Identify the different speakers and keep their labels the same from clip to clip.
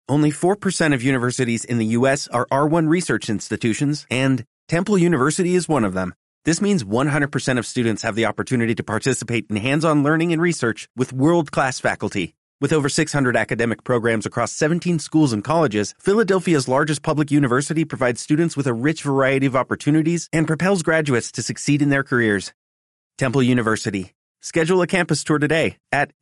Speaker 1: Only 4% of universities in the U.S. are R1 research institutions, and Temple University is one of them. This means 100% of students have the opportunity to participate in hands-on learning and research with world-class faculty. With over 600 academic programs across 17 schools and colleges, Philadelphia's largest public university provides students with a rich variety of opportunities and propels graduates to succeed in their careers. Temple University. Schedule a campus tour today at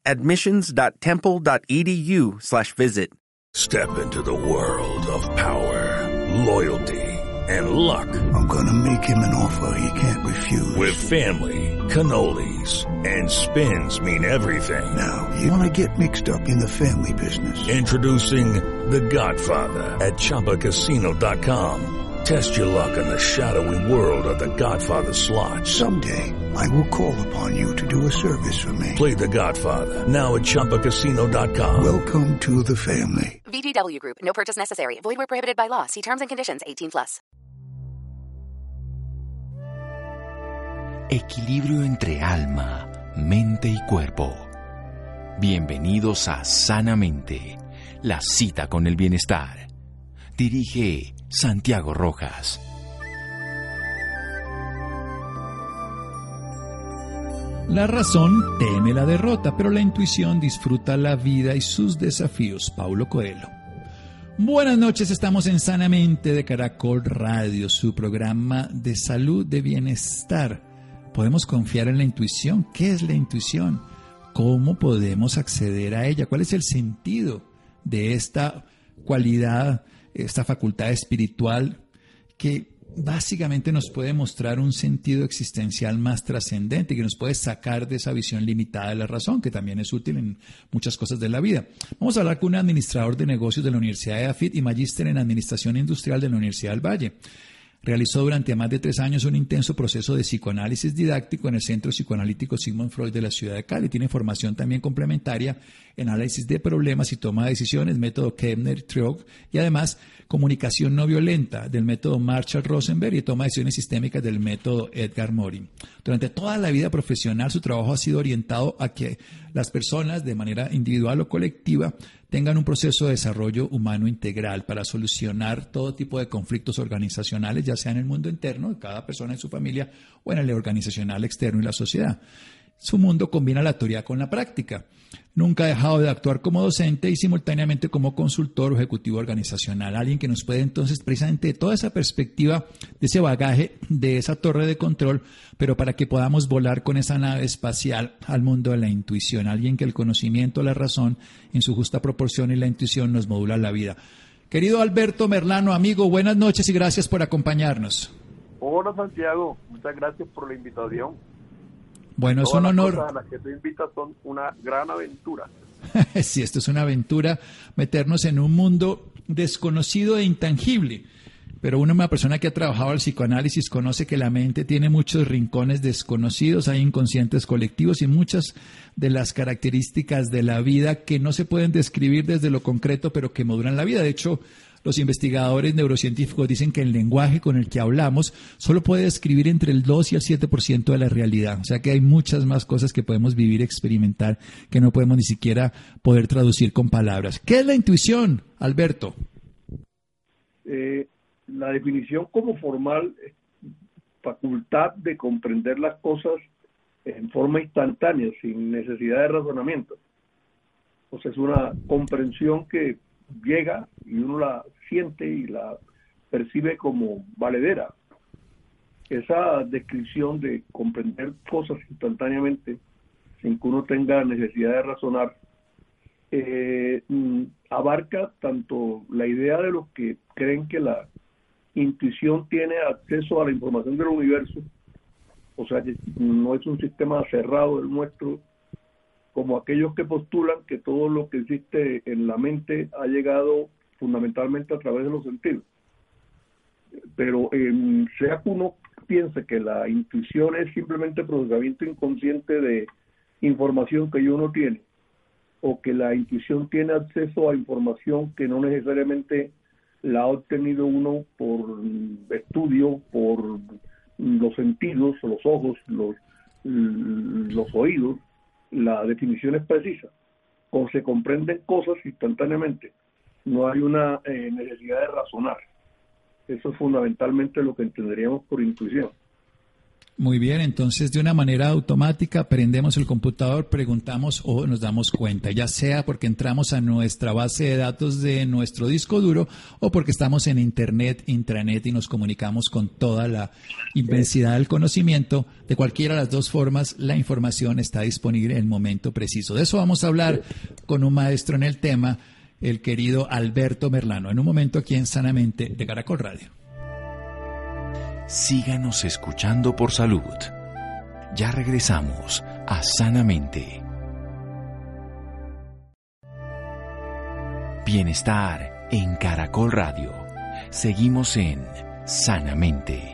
Speaker 1: admissions.temple.edu/visit.
Speaker 2: Step into the world of power, loyalty, and luck.
Speaker 3: I'm gonna make him an offer he can't refuse.
Speaker 2: With family, cannolis, and spins mean everything.
Speaker 3: Now, you wanna get mixed up in the family business.
Speaker 2: Introducing The Godfather at ChumbaCasino.com. Test your luck in the shadowy world of The Godfather slot.
Speaker 3: Someday, I will call upon you to do a service for me.
Speaker 2: Play The Godfather now at ChumbaCasino.com.
Speaker 3: Welcome to the family.
Speaker 4: VGW Group. No purchase necessary. Void where prohibited by law. See terms and conditions. 18+.
Speaker 5: Equilibrio entre alma, mente y cuerpo. Bienvenidos a Sanamente, la cita con el bienestar. Dirige Santiago Rojas.
Speaker 6: La razón teme la derrota, pero la intuición disfruta la vida y sus desafíos. Paulo Coelho. Buenas noches, estamos en Sanamente de Caracol Radio, su programa de salud, de bienestar. ¿Podemos confiar en la intuición? ¿Qué es la intuición? ¿Cómo podemos acceder a ella? ¿Cuál es el sentido de esta cualidad, esta facultad espiritual que básicamente nos puede mostrar un sentido existencial más trascendente, que nos puede sacar de esa visión limitada de la razón, que también es útil en muchas cosas de la vida? Vamos a hablar con un administrador de negocios de la Universidad de AFIT y magíster en Administración Industrial de la Universidad del Valle. Realizó durante más de 3 años un intenso proceso de psicoanálisis didáctico en el Centro Psicoanalítico Sigmund Freud de la ciudad de Cali. Tiene formación también complementaria en análisis de problemas y toma de decisiones, método Kepner-Triog, y además comunicación no violenta del método Marshall-Rosenberg y toma de decisiones sistémicas del método Edgar Morin. Durante toda la vida profesional, su trabajo ha sido orientado a que las personas, de manera individual o colectiva, tengan un proceso de desarrollo humano integral para solucionar todo tipo de conflictos organizacionales, ya sea en el mundo interno de cada persona en su familia o en el organizacional externo y la sociedad. Su mundo combina la teoría con la práctica. Nunca ha dejado de actuar como docente y simultáneamente como consultor o ejecutivo organizacional. Alguien que nos puede entonces, precisamente de toda esa perspectiva, de ese bagaje, de esa torre de control, pero para que podamos volar con esa nave espacial al mundo de la intuición. Alguien que el conocimiento, la razón, en su justa proporción y la intuición nos modula la vida. Querido Alberto Merlano, amigo, buenas noches y gracias por acompañarnos.
Speaker 7: Hola Santiago, muchas gracias por la invitación.
Speaker 6: Bueno, es un honor.
Speaker 7: Todas las cosas a las que tú invitas son una gran aventura.
Speaker 6: Sí, esto es una aventura, meternos en un mundo desconocido e intangible. Pero una persona que ha trabajado el psicoanálisis conoce que la mente tiene muchos rincones desconocidos, hay inconscientes colectivos y muchas de las características de la vida que no se pueden describir desde lo concreto, pero que modulan la vida. De hecho, los investigadores neurocientíficos dicen que el lenguaje con el que hablamos solo puede describir entre el 2 y el 7% de la realidad. O sea que hay muchas más cosas que podemos vivir, experimentar, que no podemos ni siquiera poder traducir con palabras. ¿Qué es la intuición, Alberto?
Speaker 7: La definición como formal es facultad de comprender las cosas en forma instantánea, sin necesidad de razonamiento. O sea, es una comprensión que llega y uno la siente y la percibe como valedera. Esa descripción de comprender cosas instantáneamente sin que uno tenga necesidad de razonar abarca tanto la idea de los que creen que la intuición tiene acceso a la información del universo, o sea que no es un sistema cerrado el nuestro, como aquellos que postulan que todo lo que existe en la mente ha llegado fundamentalmente a través de los sentidos. Pero sea que uno piense que la intuición es simplemente procesamiento inconsciente de información que uno tiene, o que la intuición tiene acceso a información que no necesariamente la ha obtenido uno por estudio, por los sentidos, los ojos, los oídos, la definición es precisa, o se comprenden cosas instantáneamente no hay una necesidad de razonar. Eso es fundamentalmente lo que entenderíamos por intuición.
Speaker 6: Muy bien, entonces de una manera automática prendemos el computador, preguntamos o nos damos cuenta, ya sea porque entramos a nuestra base de datos de nuestro disco duro o porque estamos en internet, intranet y nos comunicamos con toda la inmensidad del conocimiento. De cualquiera de las dos formas, la información está disponible en el momento preciso. De eso vamos a hablar con un maestro en el tema, el querido Alberto Merlano, en un momento aquí en Sanamente de Caracol Radio.
Speaker 5: Síganos escuchando por salud. Ya regresamos a Sanamente. Bienestar en Caracol Radio. Seguimos en Sanamente.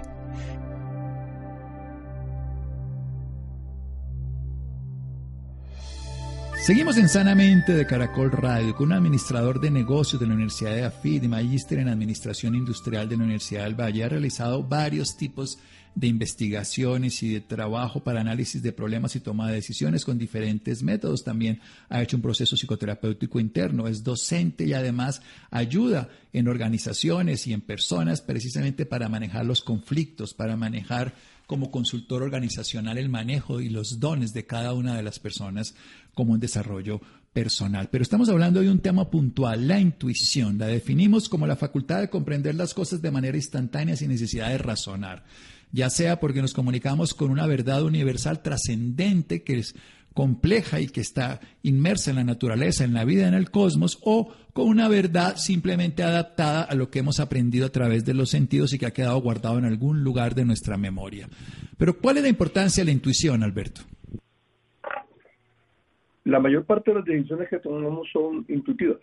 Speaker 6: Seguimos en Sanamente de Caracol Radio con un administrador de negocios de la Universidad de AFID y magíster en Administración Industrial de la Universidad del Valle. Ha realizado varios tipos de investigaciones y de trabajo para análisis de problemas y toma de decisiones con diferentes métodos. También ha hecho un proceso psicoterapéutico interno, es docente y además ayuda en organizaciones y en personas precisamente para manejar los conflictos, para manejar como consultor organizacional el manejo y los dones de cada una de las personas como un desarrollo personal. Pero estamos hablando de un tema puntual, la intuición. La definimos como la facultad de comprender las cosas de manera instantánea sin necesidad de razonar, ya sea porque nos comunicamos con una verdad universal trascendente que es compleja y que está inmersa en la naturaleza, en la vida, en el cosmos, o con una verdad simplemente adaptada a lo que hemos aprendido a través de los sentidos y que ha quedado guardado en algún lugar de nuestra memoria. Pero ¿cuál es la importancia de la intuición, Alberto?
Speaker 7: La mayor parte de las decisiones que tomamos son intuitivas.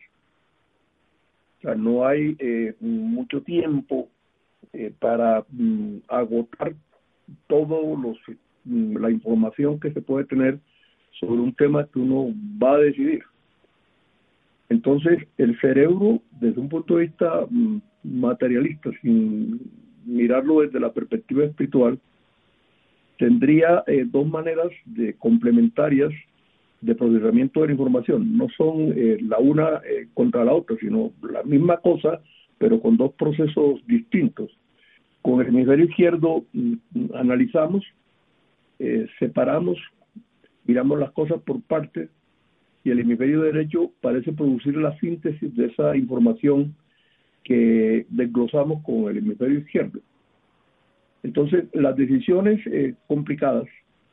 Speaker 7: O sea, no hay mucho tiempo para agotar toda la información que se puede tener sobre un tema que uno va a decidir. Entonces, el cerebro, desde un punto de vista materialista, sin mirarlo desde la perspectiva espiritual, tendría dos maneras complementarias de procesamiento de la información. No son la una contra la otra, sino la misma cosa, pero con dos procesos distintos. Con el hemisferio izquierdo analizamos, separamos, miramos las cosas por partes, y el hemisferio derecho parece producir la síntesis de esa información que desglosamos con el hemisferio izquierdo. Entonces, las decisiones complicadas,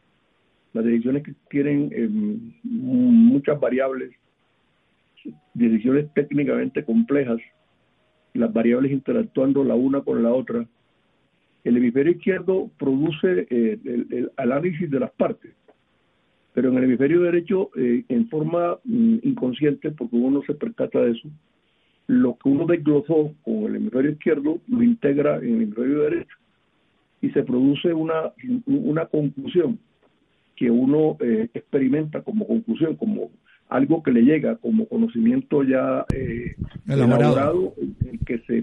Speaker 7: las decisiones que tienen muchas variables, decisiones técnicamente complejas, las variables interactuando la una con la otra, el hemisferio izquierdo produce el análisis de las partes, pero en el hemisferio derecho, en forma inconsciente, porque uno no se percata de eso, lo que uno desglosó con el hemisferio izquierdo lo integra en el hemisferio derecho y se produce una conclusión que uno experimenta como conclusión, como algo que le llega como conocimiento ya elaborado, que se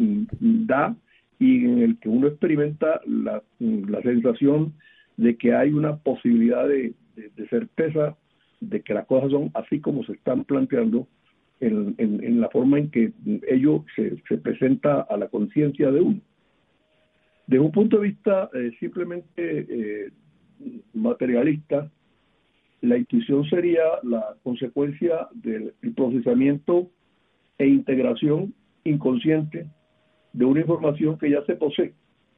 Speaker 7: da y en el que uno experimenta la sensación de que hay una posibilidad de certeza de que las cosas son así como se están planteando en la forma en que ello se presenta a la conciencia de uno. Desde un punto de vista simplemente materialista, la intuición sería la consecuencia del procesamiento e integración inconsciente de una información que ya se posee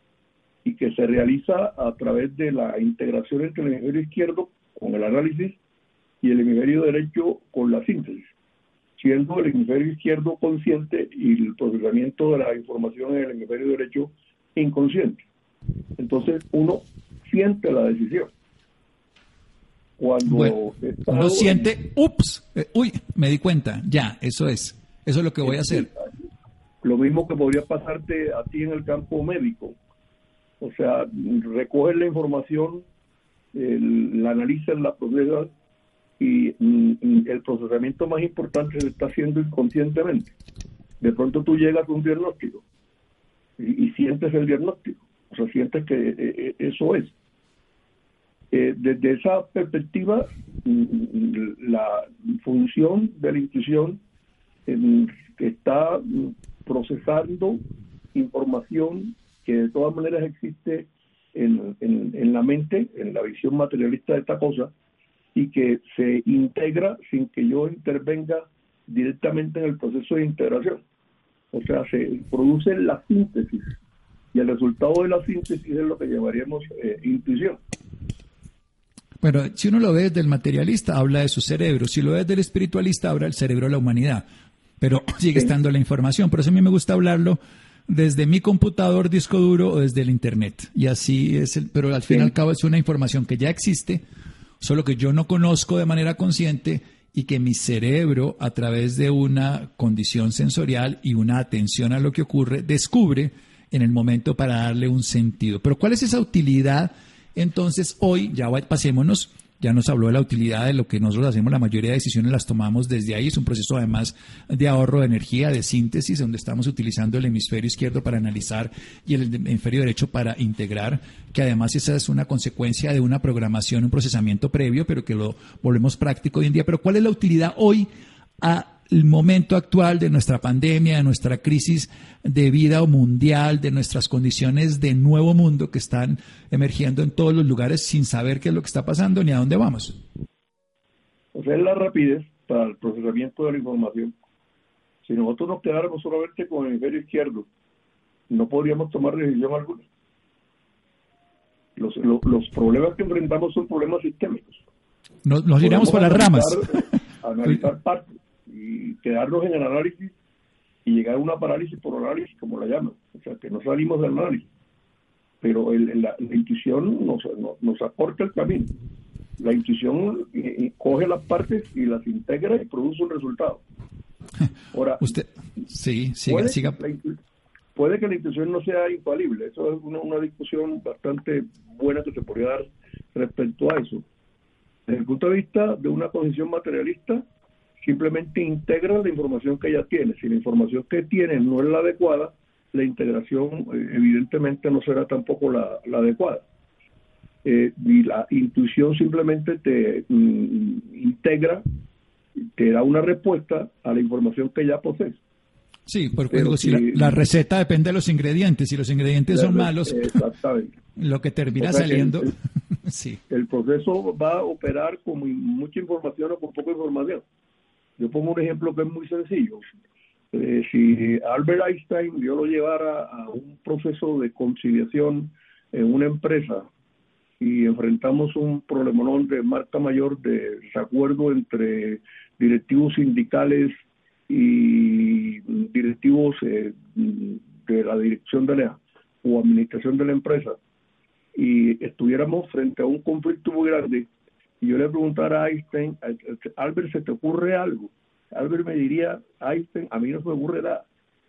Speaker 7: y que se realiza a través de la integración entre el hemisferio izquierdo con el análisis y el hemisferio derecho con la síntesis, siendo el hemisferio izquierdo consciente y el procesamiento de la información en el hemisferio derecho inconsciente. Entonces uno siente la decisión. Cuando
Speaker 6: uno siente, uy, me di cuenta, ya, eso es lo que voy a hacer.
Speaker 7: Lo mismo que podría pasarte a ti en el campo médico. O sea, recoges la información, la analizas, la procesas y el procesamiento más importante se está haciendo inconscientemente. De pronto tú llegas a un diagnóstico y sientes el diagnóstico, o sea, sientes que eso es. Desde esa perspectiva, la función de la intuición está procesando información que de todas maneras existe en la mente, en la visión materialista de esta cosa, y que se integra sin que yo intervenga directamente en el proceso de integración. O sea, se produce la síntesis, y el resultado de la síntesis es lo que llamaríamos intuición.
Speaker 6: Bueno, si uno lo ve desde el materialista, habla de su cerebro. Si lo ve desde el espiritualista, habla del cerebro de la humanidad. Pero sigue estando la información. Por eso a mí me gusta hablarlo desde mi computador, disco duro o desde el internet. Y así es, pero al fin y al cabo es una información que ya existe, solo que yo no conozco de manera consciente y que mi cerebro, a través de una condición sensorial y una atención a lo que ocurre, descubre en el momento para darle un sentido. Pero ¿cuál es esa utilidad? Entonces hoy, pasémonos, ya nos habló de la utilidad de lo que nosotros hacemos, la mayoría de decisiones las tomamos desde ahí, es un proceso además de ahorro de energía, de síntesis, donde estamos utilizando el hemisferio izquierdo para analizar y el hemisferio derecho para integrar, que además esa es una consecuencia de una programación, un procesamiento previo, pero que lo volvemos práctico hoy en día. Pero ¿cuál es la utilidad hoy al momento actual de nuestra pandemia, de nuestra crisis de vida mundial, de nuestras condiciones de nuevo mundo que están emergiendo en todos los lugares sin saber qué es lo que está pasando ni a dónde vamos?
Speaker 7: O sea, es la rapidez para el procesamiento de la información. Si nosotros nos quedáramos solamente con el hemisferio izquierdo, no podríamos tomar decisión alguna. Los problemas que enfrentamos son problemas sistémicos.
Speaker 6: Nos iremos por las ramas.
Speaker 7: Analizar partes y quedarnos en el análisis y llegar a una parálisis por análisis, como la llaman. O sea, que no salimos del análisis. Pero la intuición nos aporta el camino. La intuición coge las partes y las integra y produce un resultado. Ahora,
Speaker 6: usted, sí, siga.
Speaker 7: Puede que la intuición no sea infalible. Eso es una discusión bastante buena que se podría dar respecto a eso. Desde el punto de vista de una condición materialista, simplemente integra la información que ella tiene. Si la información que tiene no es la adecuada, la integración evidentemente no será tampoco la adecuada. Y la intuición simplemente te integra, te da una respuesta a la información que ya posees.
Speaker 6: Sí, porque si la receta depende de los ingredientes. Si los ingredientes son malos, lo que termina saliendo... Sí.
Speaker 7: El proceso va a operar con mucha información o con poca información. Yo pongo un ejemplo que es muy sencillo. Si Albert Einstein yo lo llevara a un proceso de conciliación en una empresa y enfrentamos un problemón de marca mayor de desacuerdo entre directivos sindicales y directivos de la dirección de o administración de la empresa, y estuviéramos frente a un conflicto muy grande, y yo le preguntara a Einstein, Albert, ¿se te ocurre algo? Albert me diría, Einstein, a mí no se me ocurre nada.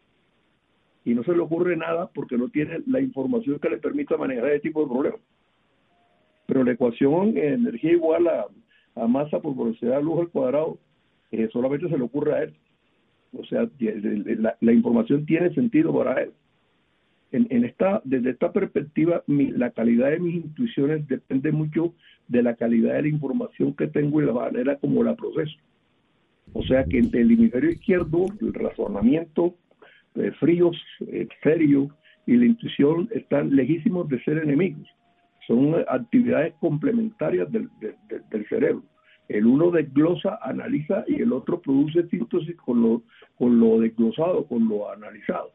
Speaker 7: Y no se le ocurre nada porque no tiene la información que le permita manejar ese tipo de problemas. Pero la ecuación energía igual a masa por velocidad de luz al cuadrado, solamente se le ocurre a él. O sea, la información tiene sentido para él. Desde esta perspectiva, la calidad de mis intuiciones depende mucho de la calidad de la información que tengo y la manera como la proceso. O sea que entre el hemisferio izquierdo, el razonamiento frío, serio, y la intuición están lejísimos de ser enemigos. Son actividades complementarias del cerebro. El uno desglosa, analiza, y el otro produce síntesis con lo desglosado, con lo analizado.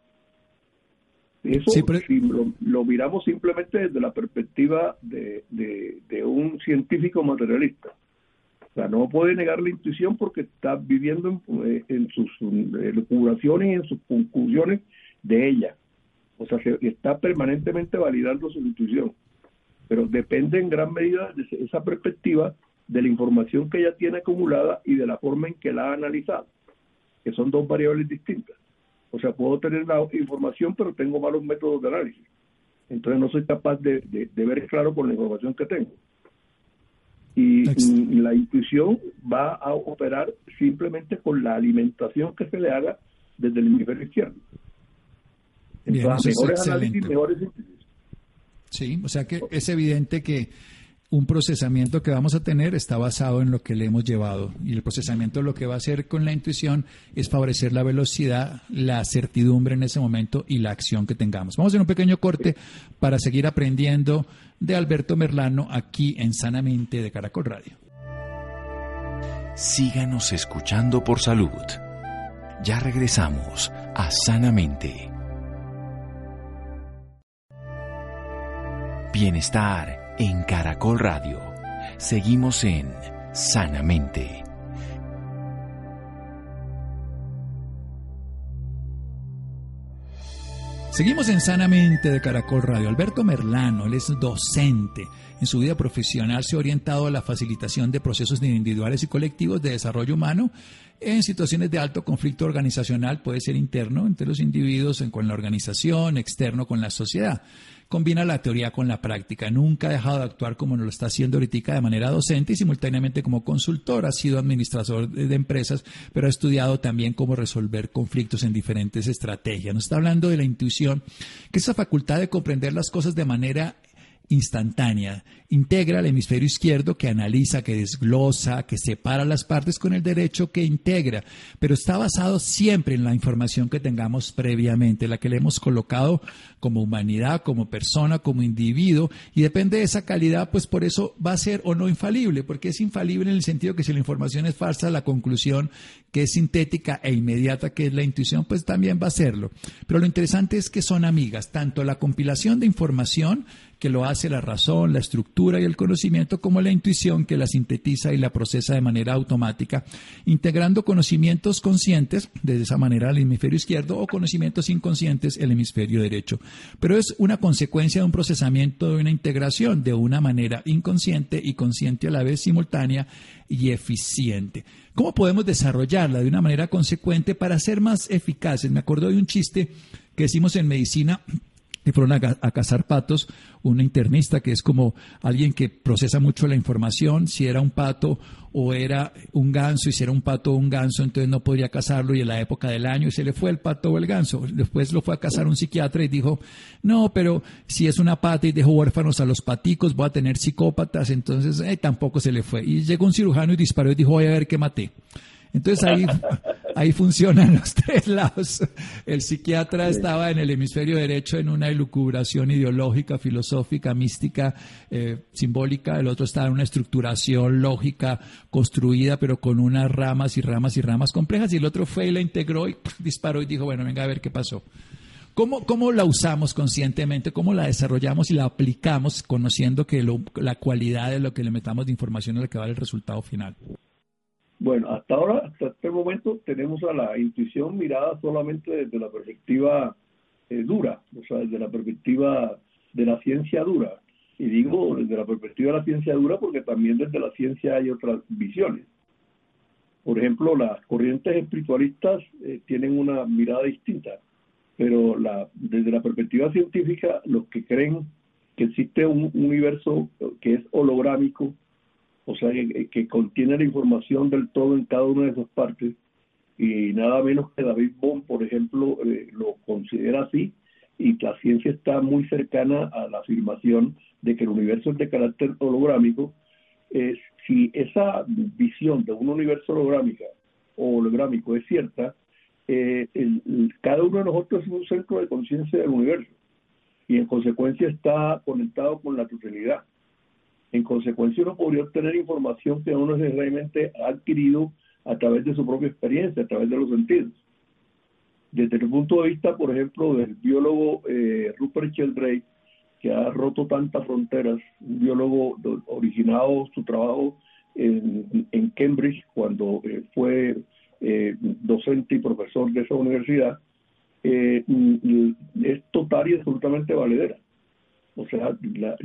Speaker 7: Eso, sí, pero... si lo miramos simplemente desde la perspectiva de un científico materialista. O sea, no puede negar la intuición porque está viviendo en sus elucubraciones y en sus conclusiones de ella. O sea, está permanentemente validando su intuición. Pero depende en gran medida de esa perspectiva de la información que ella tiene acumulada y de la forma en que la ha analizado, que son dos variables distintas. O sea, puedo tener la información, pero tengo malos métodos de análisis. Entonces no soy capaz de ver claro con la información que tengo. Y la intuición va a operar simplemente con la alimentación que se le haga desde el hemisferio izquierdo. Entonces,
Speaker 6: bien,
Speaker 7: mejores análisis, mejores síntesis.
Speaker 6: Sí, o sea que es evidente que un procesamiento que vamos a tener está basado en lo que le hemos llevado, y el procesamiento lo que va a hacer con la intuición es favorecer la velocidad, la certidumbre en ese momento y la acción que tengamos. Vamos a hacer un pequeño corte para seguir aprendiendo de Alberto Merlano aquí en Sanamente de Caracol Radio.
Speaker 5: Síganos escuchando por salud. Ya regresamos a Sanamente. Bienestar en Caracol Radio. Seguimos en Sanamente.
Speaker 6: Seguimos en Sanamente de Caracol Radio. Alberto Merlano, él es docente. En su vida profesional se ha orientado a la facilitación de procesos individuales y colectivos de desarrollo humano en situaciones de alto conflicto organizacional, puede ser interno entre los individuos con la organización, externo con la sociedad. Combina la teoría con la práctica. Nunca ha dejado de actuar como lo está haciendo ahorita de manera docente y simultáneamente como consultor. Ha sido administrador de empresas, pero ha estudiado también cómo resolver conflictos en diferentes estrategias. Nos está hablando de la intuición, que es esa facultad de comprender las cosas de manera instantánea. Integra el hemisferio izquierdo que analiza, que desglosa, que separa las partes, con el derecho que integra, pero está basado siempre en la información que tengamos previamente, la que le hemos colocado como humanidad, como persona, como individuo, y depende de esa calidad, pues por eso va a ser o no infalible, porque es infalible en el sentido que si la información es falsa, la conclusión que es sintética e inmediata, que es la intuición, pues también va a serlo. Pero lo interesante es que son amigas, tanto la compilación de información, que lo hace la razón, la estructura y el conocimiento, como la intuición, que la sintetiza y la procesa de manera automática, integrando conocimientos conscientes, de esa manera el hemisferio izquierdo, o conocimientos inconscientes, el hemisferio derecho. Pero es una consecuencia de un procesamiento, de una integración, de una manera inconsciente y consciente a la vez, simultánea y eficiente. ¿Cómo podemos desarrollarla de una manera consecuente para ser más eficaces? Me acuerdo de un chiste que decimos en medicina, que fueron a cazar patos, un internista que es como alguien que procesa mucho la información, si era un pato o era un ganso, y si era un pato o un ganso, entonces no podía cazarlo, y en la época del año, y se le fue el pato o el ganso. Después lo fue a cazar un psiquiatra y dijo, no, pero si es una pata y dejó huérfanos a los paticos, voy a tener psicópatas, entonces tampoco se le fue. Y llegó un cirujano y disparó y dijo, voy a ver qué maté. Entonces ahí funcionan los tres lados. El psiquiatra estaba en el hemisferio derecho en una elucubración ideológica, filosófica, mística, simbólica. El otro estaba en una estructuración lógica construida, pero con unas ramas y ramas y ramas complejas. Y el otro fue y la integró y disparó y dijo, bueno, venga a ver qué pasó. ¿Cómo la usamos conscientemente? ¿Cómo la desarrollamos y la aplicamos conociendo que la cualidad de lo que le metamos de información es lo que va a dar el resultado final?
Speaker 7: Bueno, hasta este momento tenemos a la intuición mirada solamente desde la perspectiva dura, o sea, desde la perspectiva de la ciencia dura. Y digo desde la perspectiva de la ciencia dura porque también desde la ciencia hay otras visiones. Por ejemplo, las corrientes espiritualistas tienen una mirada distinta, pero desde la perspectiva científica, los que creen que existe un universo que es holográmico, o sea, que contiene la información del todo en cada una de sus partes, y nada menos que David Bohm, por ejemplo, lo considera así, y la ciencia está muy cercana a la afirmación de que el universo es de carácter holográmico. Si esa visión de un universo holográmico es cierta, cada uno de nosotros es un centro de conciencia del universo, y en consecuencia está conectado con la totalidad. En consecuencia, uno podría obtener información que uno necesariamente ha adquirido a través de su propia experiencia, a través de los sentidos. Desde el punto de vista, por ejemplo, del biólogo Rupert Sheldrake, que ha roto tantas fronteras, un biólogo originado su trabajo en Cambridge, cuando fue docente y profesor de esa universidad, es total y absolutamente valedera. O sea,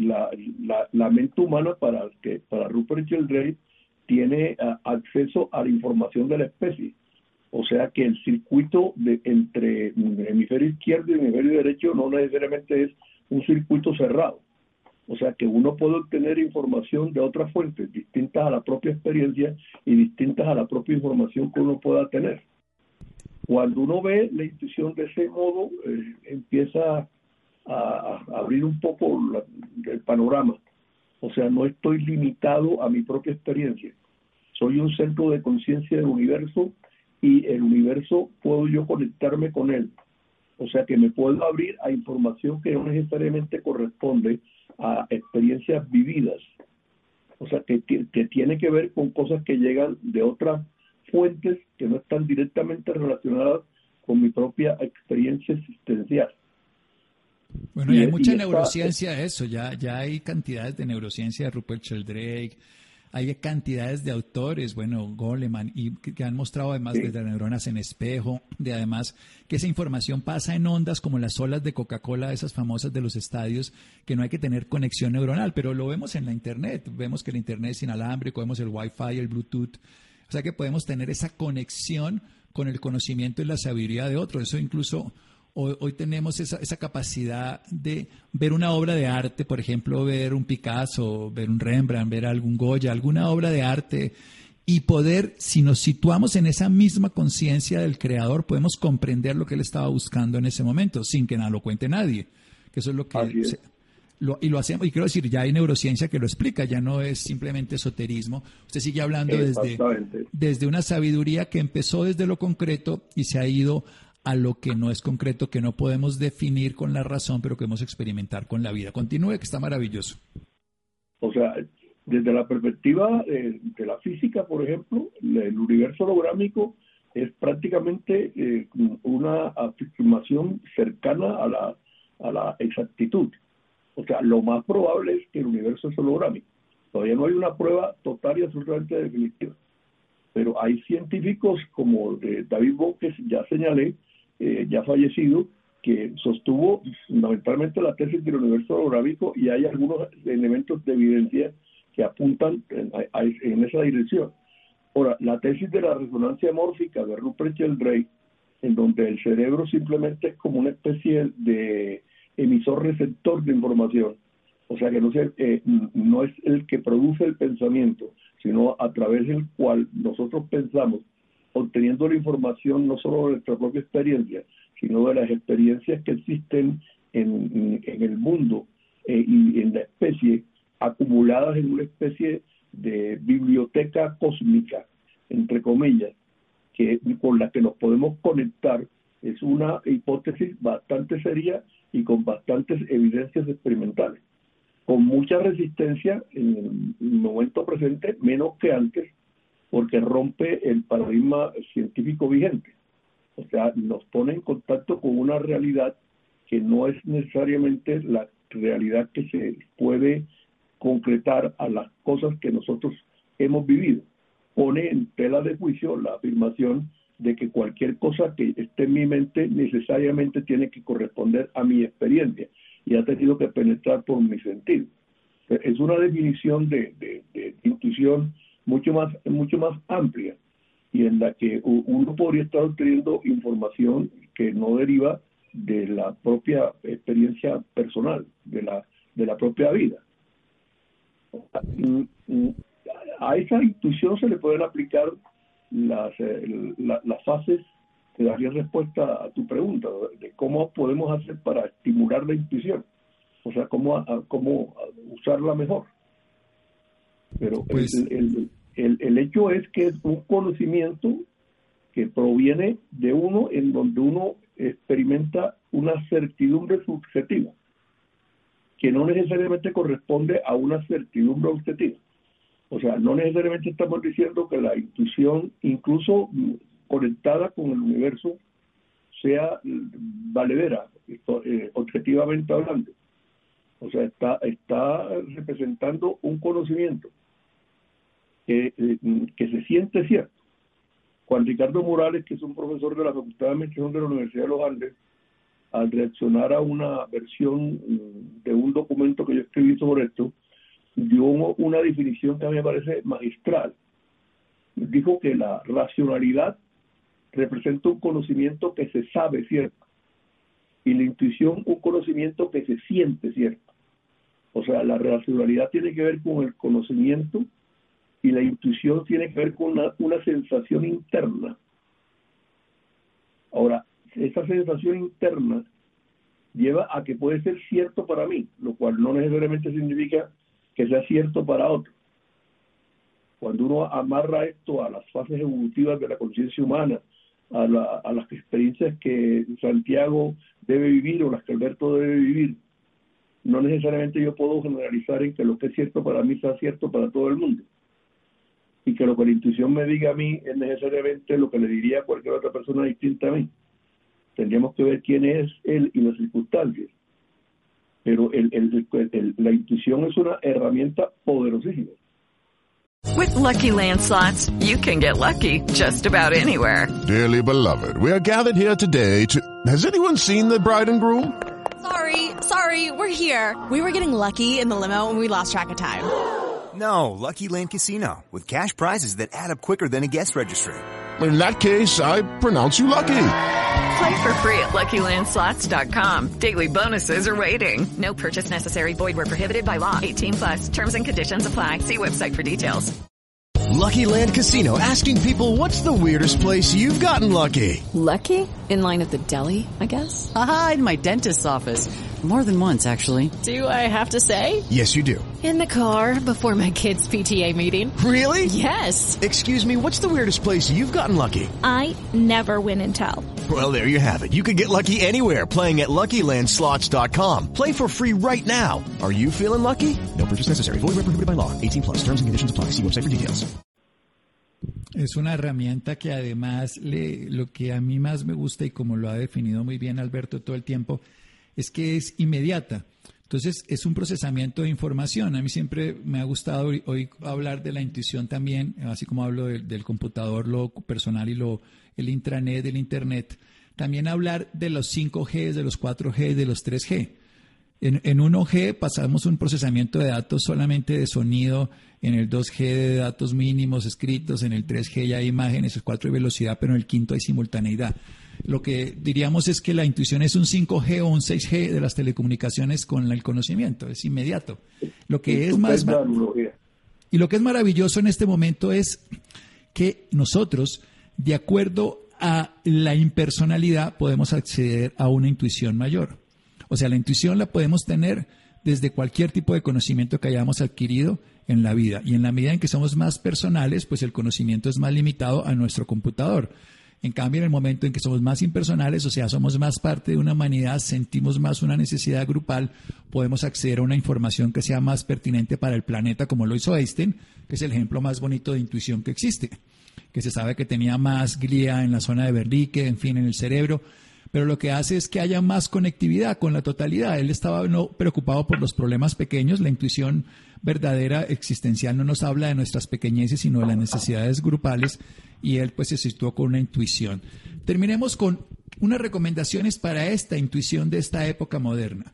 Speaker 7: la mente humana para Rupert Sheldrake tiene acceso a la información de la especie. O sea que el circuito entre el hemisferio izquierdo y el hemisferio derecho no necesariamente es un circuito cerrado. O sea que uno puede obtener información de otras fuentes distintas a la propia experiencia y distintas a la propia información que uno pueda tener. Cuando uno ve la intuición de ese modo, empieza a abrir un poco el panorama. O sea, no estoy limitado a mi propia experiencia. Soy un centro de conciencia del universo y el universo puedo yo conectarme con él. O sea, que me puedo abrir a información que no necesariamente corresponde a experiencias vividas. O sea, que tiene que ver con cosas que llegan de otras fuentes que no están directamente relacionadas con mi propia experiencia existencial.
Speaker 6: Bueno, y hay mucha neurociencia de eso, ya hay cantidades de neurociencia de Rupert Sheldrake, hay cantidades de autores, bueno, Goleman, y que han mostrado además de las neuronas en espejo, de además que esa información pasa en ondas como las olas de Coca-Cola, esas famosas de los estadios, que no hay que tener conexión neuronal, pero lo vemos en la Internet, vemos que el Internet es inalámbrico, vemos el Wi-Fi, el Bluetooth, o sea que podemos tener esa conexión con el conocimiento y la sabiduría de otros, eso incluso... Hoy tenemos esa capacidad de ver una obra de arte, por ejemplo, ver un Picasso, ver un Rembrandt, ver algún Goya, alguna obra de arte, y poder, si nos situamos en esa misma conciencia del creador, podemos comprender lo que él estaba buscando en ese momento, sin que nada lo cuente nadie. Que eso es lo que... y lo hacemos, y quiero decir, ya hay neurociencia que lo explica, ya no es simplemente esoterismo. Usted sigue hablando desde una sabiduría que empezó desde lo concreto y se ha ido a lo que no es concreto, que no podemos definir con la razón, pero que podemos experimentar con la vida. Continúe, que está maravilloso.
Speaker 7: O sea, desde la perspectiva de la física, por ejemplo, el universo holográmico es prácticamente una afirmación cercana a la exactitud. O sea, lo más probable es que el universo es holográmico. Todavía no hay una prueba total y absolutamente definitiva. Pero hay científicos como David Bohm, que ya señalé, ya fallecido, que sostuvo fundamentalmente la tesis del universo holográmico, y hay algunos elementos de evidencia que apuntan en esa dirección. Ahora, la tesis de la resonancia mórfica de Rupert Sheldrake, en donde el cerebro simplemente es como una especie de emisor-receptor de información, o sea que no es el que produce el pensamiento, sino a través del cual nosotros pensamos, obteniendo la información no solo de nuestra propia experiencia, sino de las experiencias que existen en el mundo y en la especie, acumuladas en una especie de biblioteca cósmica, entre comillas, con la que nos podemos conectar. Es una hipótesis bastante seria y con bastantes evidencias experimentales, con mucha resistencia en el momento presente, menos que antes, porque rompe el paradigma científico vigente. O sea, nos pone en contacto con una realidad que no es necesariamente la realidad que se puede concretar a las cosas que nosotros hemos vivido. Pone en tela de juicio la afirmación de que cualquier cosa que esté en mi mente necesariamente tiene que corresponder a mi experiencia y ha tenido que penetrar por mi sentido. Es una definición de intuición mucho más amplia, y en la que uno podría estar obteniendo información que no deriva de la propia experiencia personal, de la propia vida. A esa intuición se le pueden aplicar las fases que darían respuesta a tu pregunta, de cómo podemos hacer para estimular la intuición, o sea, cómo usarla mejor. Pero pues, el hecho es que es un conocimiento que proviene de uno, en donde uno experimenta una certidumbre subjetiva, que no necesariamente corresponde a una certidumbre objetiva. O sea, no necesariamente estamos diciendo que la intuición, incluso conectada con el universo, sea valedera, objetivamente hablando. O sea, está representando un conocimiento que se siente cierto. Juan Ricardo Morales, que es un profesor de la Facultad de Administración de la Universidad de los Andes, al reaccionar a una versión de un documento que yo escribí sobre esto, dio una definición que a mí me parece magistral. Dijo que la racionalidad representa un conocimiento que se sabe cierto, y la intuición un conocimiento que se siente cierto. O sea, la racionalidad tiene que ver con el conocimiento y la intuición tiene que ver con una sensación interna. Ahora, esa sensación interna lleva a que puede ser cierto para mí, lo cual no necesariamente significa que sea cierto para otro. Cuando uno amarra esto a las fases evolutivas de la conciencia humana, a las experiencias que Santiago debe vivir o las que Alberto debe vivir, no necesariamente yo puedo generalizar en que lo que es cierto para mí sea cierto para todo el mundo. Y que lo que la intuición me diga a mí es necesariamente lo que le diría a cualquier otra persona distinta a mí. Tendríamos que ver quién es él y las circunstancias. Pero la intuición es una herramienta poderosísima.
Speaker 8: With Lucky Land Slots, you can get lucky just about anywhere.
Speaker 9: Dearly beloved, we are gathered here today to... Has anyone seen the bride and groom?
Speaker 10: Sorry, we're here. We were getting lucky in the limo and we lost track of time.
Speaker 11: No, Lucky Land Casino, with cash prizes that add up quicker than a guest registry.
Speaker 9: In that case, I pronounce you lucky.
Speaker 8: Play for free at LuckyLandSlots.com. Daily bonuses are waiting. No purchase necessary. Void where prohibited by law. 18+. Terms and conditions apply. See website for details.
Speaker 12: Lucky Land Casino, asking people, what's the weirdest place you've gotten lucky?
Speaker 13: Lucky? In line at the deli, I guess?
Speaker 14: Aha, in my dentist's office. More than once, actually.
Speaker 10: Do I have to say?
Speaker 12: Yes, you do.
Speaker 10: In the car before my kids' PTA meeting.
Speaker 12: Really?
Speaker 10: Yes.
Speaker 12: Excuse me, what's the weirdest place you've gotten lucky?
Speaker 15: I never win and tell.
Speaker 12: Well, there you have it. You can get lucky anywhere, playing at LuckyLandSlots.com. Play for free right now. Are you feeling lucky? No purchase necessary. Void where prohibited by law. 18+. Terms and conditions apply. See website for details.
Speaker 6: Es una herramienta que además lo que a mí más me gusta, y como lo ha definido muy bien Alberto todo el tiempo, es que es inmediata. Entonces es un procesamiento de información. A mí siempre me ha gustado hoy hablar de la intuición también, así como hablo del computador, lo personal y el intranet del internet. También hablar de los 5G, de los 4G, de los 3G. En 1G pasamos un procesamiento de datos solamente de sonido, en el 2G de datos mínimos escritos, en el 3G ya hay imágenes, el 4 hay velocidad, pero en el quinto hay simultaneidad. Lo que diríamos es que la intuición es un 5G o un 6G de las telecomunicaciones con el conocimiento, es inmediato. Lo que es maravilloso en este momento es que nosotros, de acuerdo a la impersonalidad, podemos acceder a una intuición mayor. O sea, la intuición la podemos tener desde cualquier tipo de conocimiento que hayamos adquirido en la vida. Y en la medida en que somos más personales, pues el conocimiento es más limitado a nuestro computador. En cambio, en el momento en que somos más impersonales, o sea, somos más parte de una humanidad, sentimos más una necesidad grupal, podemos acceder a una información que sea más pertinente para el planeta, como lo hizo Einstein, que es el ejemplo más bonito de intuición que existe, que se sabe que tenía más glía en la zona de Wernicke, en fin, en el cerebro, pero lo que hace es que haya más conectividad con la totalidad. Él estaba no preocupado por los problemas pequeños. La intuición verdadera existencial no nos habla de nuestras pequeñeces, sino de las necesidades grupales, y él pues se situó con una intuición. Terminemos con unas recomendaciones para esta intuición de esta época moderna.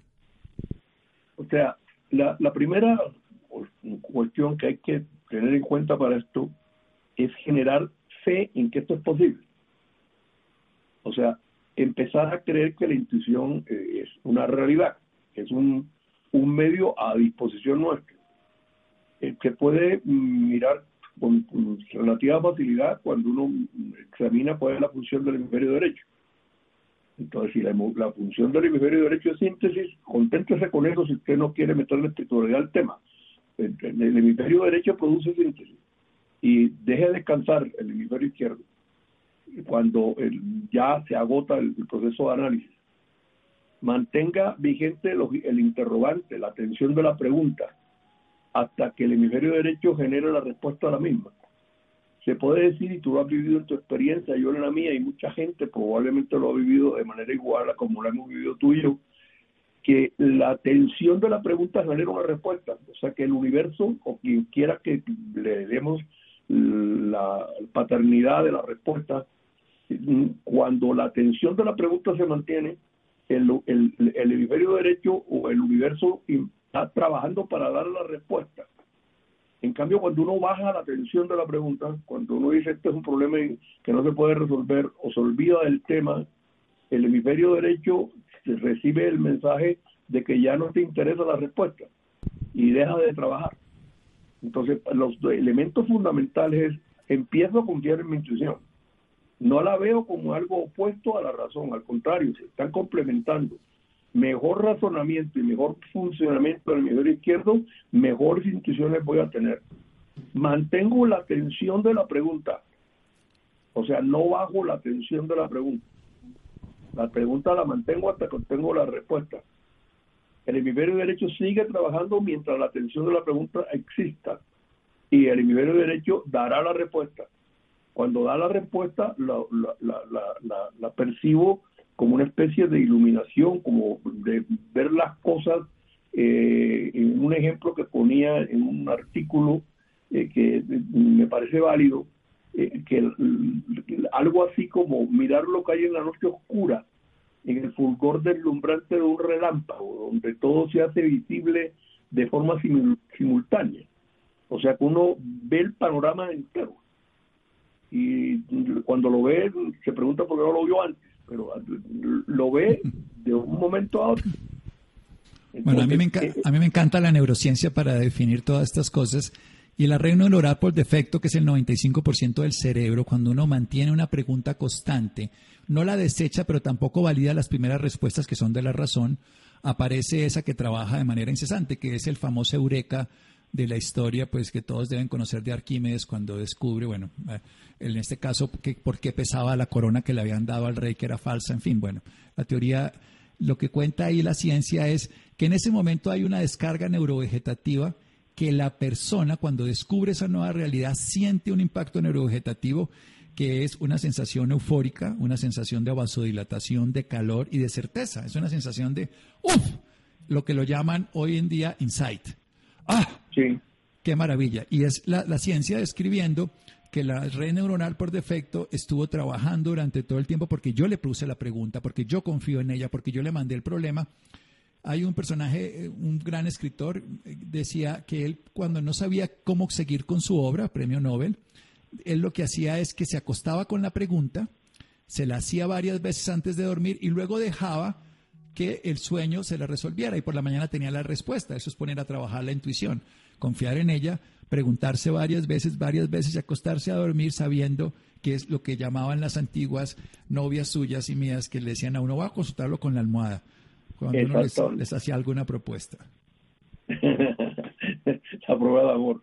Speaker 7: O sea, la primera cuestión que hay que tener en cuenta para esto es generar fe en que esto es posible. O sea, empezar a creer que la intuición es una realidad, es un medio a disposición nuestra, que puede mirar con relativa facilidad cuando uno examina cuál es la función del hemisferio derecho. Entonces, si la función del hemisferio derecho es síntesis, conténtese con eso si usted no quiere meterle espiritualidad al tema. El hemisferio derecho produce síntesis y deje descansar el hemisferio izquierdo cuando ya se agota el proceso de análisis. Mantenga vigente el interrogante, la atención de la pregunta, hasta que el hemisferio derecho genere la respuesta a la misma. Se puede decir, y tú lo has vivido en tu experiencia, yo en la mía, y mucha gente probablemente lo ha vivido de manera igual a como lo hemos vivido tú y yo, que la atención de la pregunta genera una respuesta. O sea, que el universo, o quien quiera que le demos la paternidad de la respuesta, cuando la atención de la pregunta se mantiene, el hemisferio derecho o el universo está trabajando para dar la respuesta. En cambio, cuando uno baja la atención de la pregunta, cuando uno dice este es un problema que no se puede resolver o se olvida del tema, el hemisferio derecho recibe el mensaje de que ya no te interesa la respuesta y deja de trabajar. Entonces, los elementos fundamentales es: empiezo a confiar en mi intuición. No la veo como algo opuesto a la razón, al contrario, se están complementando. mejor razonamiento y mejor funcionamiento del hemisferio izquierdo, mejores intuiciones voy a tener. Mantengo la atención de la pregunta, o sea, no bajo la atención de la pregunta. La pregunta la mantengo hasta que obtengo la respuesta. El hemisferio derecho sigue trabajando mientras la atención de la pregunta exista, y el hemisferio derecho dará la respuesta. Cuando da la respuesta, la percibo como una especie de iluminación, como de ver las cosas, en un ejemplo que ponía en un artículo que me parece válido, que algo así como mirar lo que hay en la noche oscura, en el fulgor deslumbrante de un relámpago, donde todo se hace visible de forma simultánea. O sea que uno ve el panorama entero. Y cuando lo ve, se pregunta por qué no lo vio antes, pero lo ve de un momento a otro. Entonces,
Speaker 6: bueno, a mí me encanta la neurociencia para definir todas estas cosas. Y el arreglo neuronal por defecto, que es el 95% del cerebro, cuando uno mantiene una pregunta constante, no la desecha, pero tampoco valida las primeras respuestas que son de la razón, aparece esa que trabaja de manera incesante, que es el famoso eureka de la historia, pues que todos deben conocer, de Arquímedes, cuando descubre, bueno, en este caso, por qué pesaba la corona que le habían dado al rey, que era falsa, en fin, bueno, la teoría, lo que cuenta ahí la ciencia es que en ese momento hay una descarga neurovegetativa que la persona, cuando descubre esa nueva realidad, siente un impacto neurovegetativo que es una sensación eufórica, una sensación de vasodilatación, de calor y de certeza. Es una sensación de, lo que lo llaman hoy en día insight. ¡Ah!
Speaker 7: Sí.
Speaker 6: ¡Qué maravilla! Y es la ciencia describiendo que la red neuronal por defecto estuvo trabajando durante todo el tiempo porque yo le puse la pregunta, porque yo confío en ella, porque yo le mandé el problema. Hay un personaje, un gran escritor, decía que él, cuando no sabía cómo seguir con su obra, premio Nobel, él lo que hacía es que se acostaba con la pregunta, se la hacía varias veces antes de dormir y luego dejaba que el sueño se la resolviera y por la mañana tenía la respuesta. Eso es poner a trabajar la intuición, confiar en ella, preguntarse varias veces y acostarse a dormir sabiendo que es lo que llamaban las antiguas novias suyas y mías, que le decían a uno, va a consultarlo con la almohada, cuando uno les hacía alguna propuesta.
Speaker 7: La prueba de amor.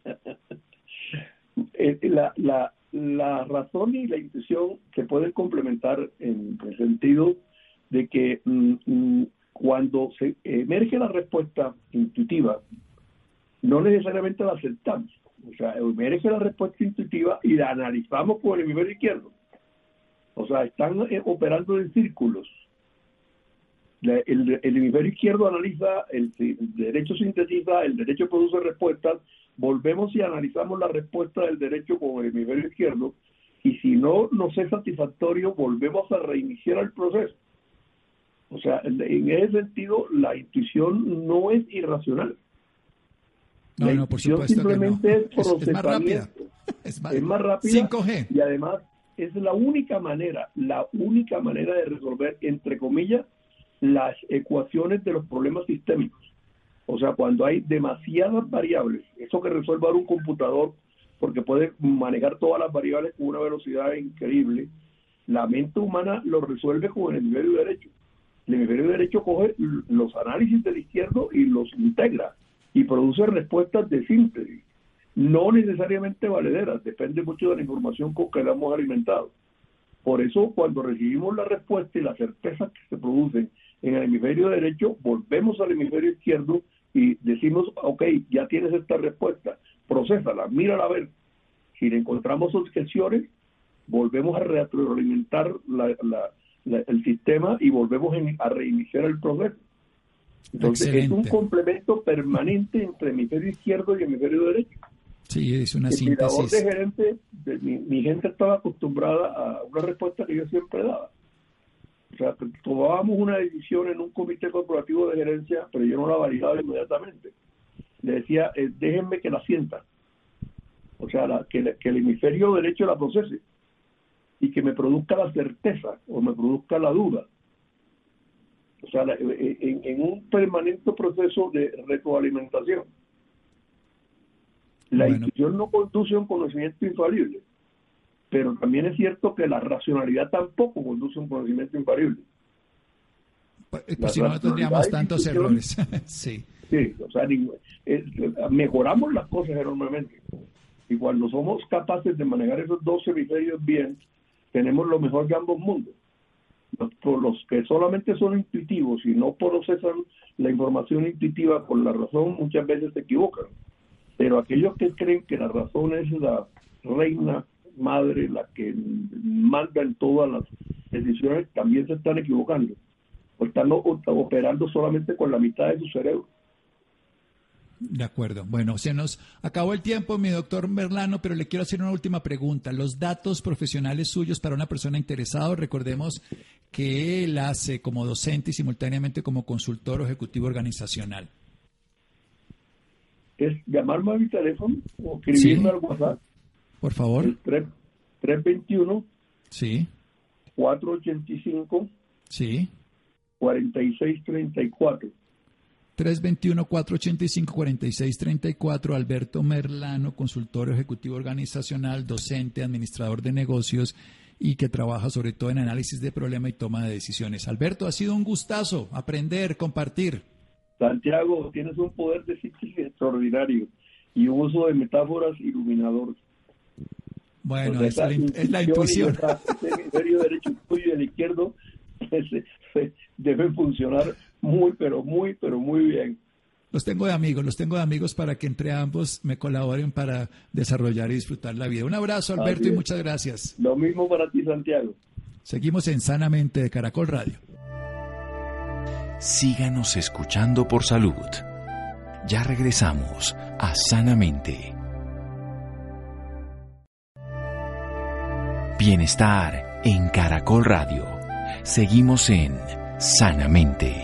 Speaker 7: La razón y la intuición se pueden complementar en el sentido de que cuando se emerge la respuesta intuitiva, no necesariamente la aceptamos. O sea, emerge la respuesta intuitiva y la analizamos con el hemisferio izquierdo. O sea, están operando en círculos. El hemisferio izquierdo analiza, el derecho sintetiza, el derecho produce respuestas, volvemos y analizamos la respuesta del derecho con el hemisferio izquierdo, y si no nos es satisfactorio, volvemos a reiniciar el proceso. O sea, en ese sentido, la intuición no es irracional.
Speaker 6: No, por supuesto
Speaker 7: simplemente
Speaker 6: que no.
Speaker 7: Es procesamiento.
Speaker 6: Es
Speaker 7: más rápida.
Speaker 6: 5G.
Speaker 7: Y además es la única manera de resolver, entre comillas, las ecuaciones de los problemas sistémicos. O sea, cuando hay demasiadas variables, eso que resuelve ahora un computador, porque puede manejar todas las variables con una velocidad increíble, la mente humana lo resuelve con el hemisferio derecho. El hemisferio derecho coge los análisis del izquierdo y los integra y produce respuestas de síntesis, no necesariamente valederas, depende mucho de la información con que la hemos alimentado. Por eso, cuando recibimos la respuesta y la certeza que se producen en el hemisferio derecho, volvemos al hemisferio izquierdo y decimos, ok, ya tienes esta respuesta, procésala, mírala a ver. Si le encontramos objeciones, volvemos a retroalimentar el sistema y volvemos a reiniciar el proceso. Entonces, excelente. Es un complemento permanente entre hemisferio izquierdo y hemisferio derecho.
Speaker 6: Sí, es una síntesis.
Speaker 7: El labor de gerente, mi gente estaba acostumbrada a una respuesta que yo siempre daba. O sea, tomábamos una decisión en un comité corporativo de gerencia, pero yo no la validaba inmediatamente. Le decía, déjenme que la sienta. O sea, que el hemisferio derecho la procese y que me produzca la certeza o me produzca la duda. O sea, en un permanente proceso de retroalimentación. La intuición no conduce a un conocimiento infalible, pero también es cierto que la racionalidad tampoco conduce a un conocimiento infalible.
Speaker 6: Pues si no tendríamos tantos errores. Sí.
Speaker 7: Sí, o sea, mejoramos las cosas enormemente. Y cuando somos capaces de manejar esos dos hemisferios bien, tenemos lo mejor de ambos mundos. Los que solamente son intuitivos y no procesan la información intuitiva por la razón, muchas veces se equivocan. Pero aquellos que creen que la razón es la reina madre, la que manda en todas las decisiones, también se están equivocando. O están operando solamente con la mitad de su cerebro.
Speaker 6: De acuerdo. Bueno, se nos acabó el tiempo, mi doctor Merlano, pero le quiero hacer una última pregunta. Los datos profesionales suyos para una persona interesada, recordemos que él hace como docente y simultáneamente como consultor o ejecutivo organizacional.
Speaker 7: Es llamarme a mi teléfono o escribirme al WhatsApp.
Speaker 6: Por favor.
Speaker 7: El 321
Speaker 6: sí
Speaker 7: 485
Speaker 6: sí
Speaker 7: 4634.
Speaker 6: 321-485-4634, Alberto Merlano, consultor ejecutivo organizacional, docente, administrador de negocios y que trabaja sobre todo en análisis de problema y toma de decisiones. Alberto, ha sido un gustazo aprender, compartir.
Speaker 7: Santiago, tienes un poder de síntesis extraordinario y un uso de metáforas iluminador.
Speaker 6: Bueno, pues es la intuición.
Speaker 7: Ese hemisferio derecho tuyo y el izquierdo deben funcionar muy bien.
Speaker 6: Los tengo de amigos para que entre ambos me colaboren para desarrollar y disfrutar la vida. Un abrazo, Alberto, y muchas gracias.
Speaker 7: Lo mismo para ti, Santiago.
Speaker 6: Seguimos en Sanamente de Caracol Radio.
Speaker 5: Síganos escuchando por salud. Ya regresamos a Sanamente. Bienestar en Caracol Radio. Seguimos en Sanamente.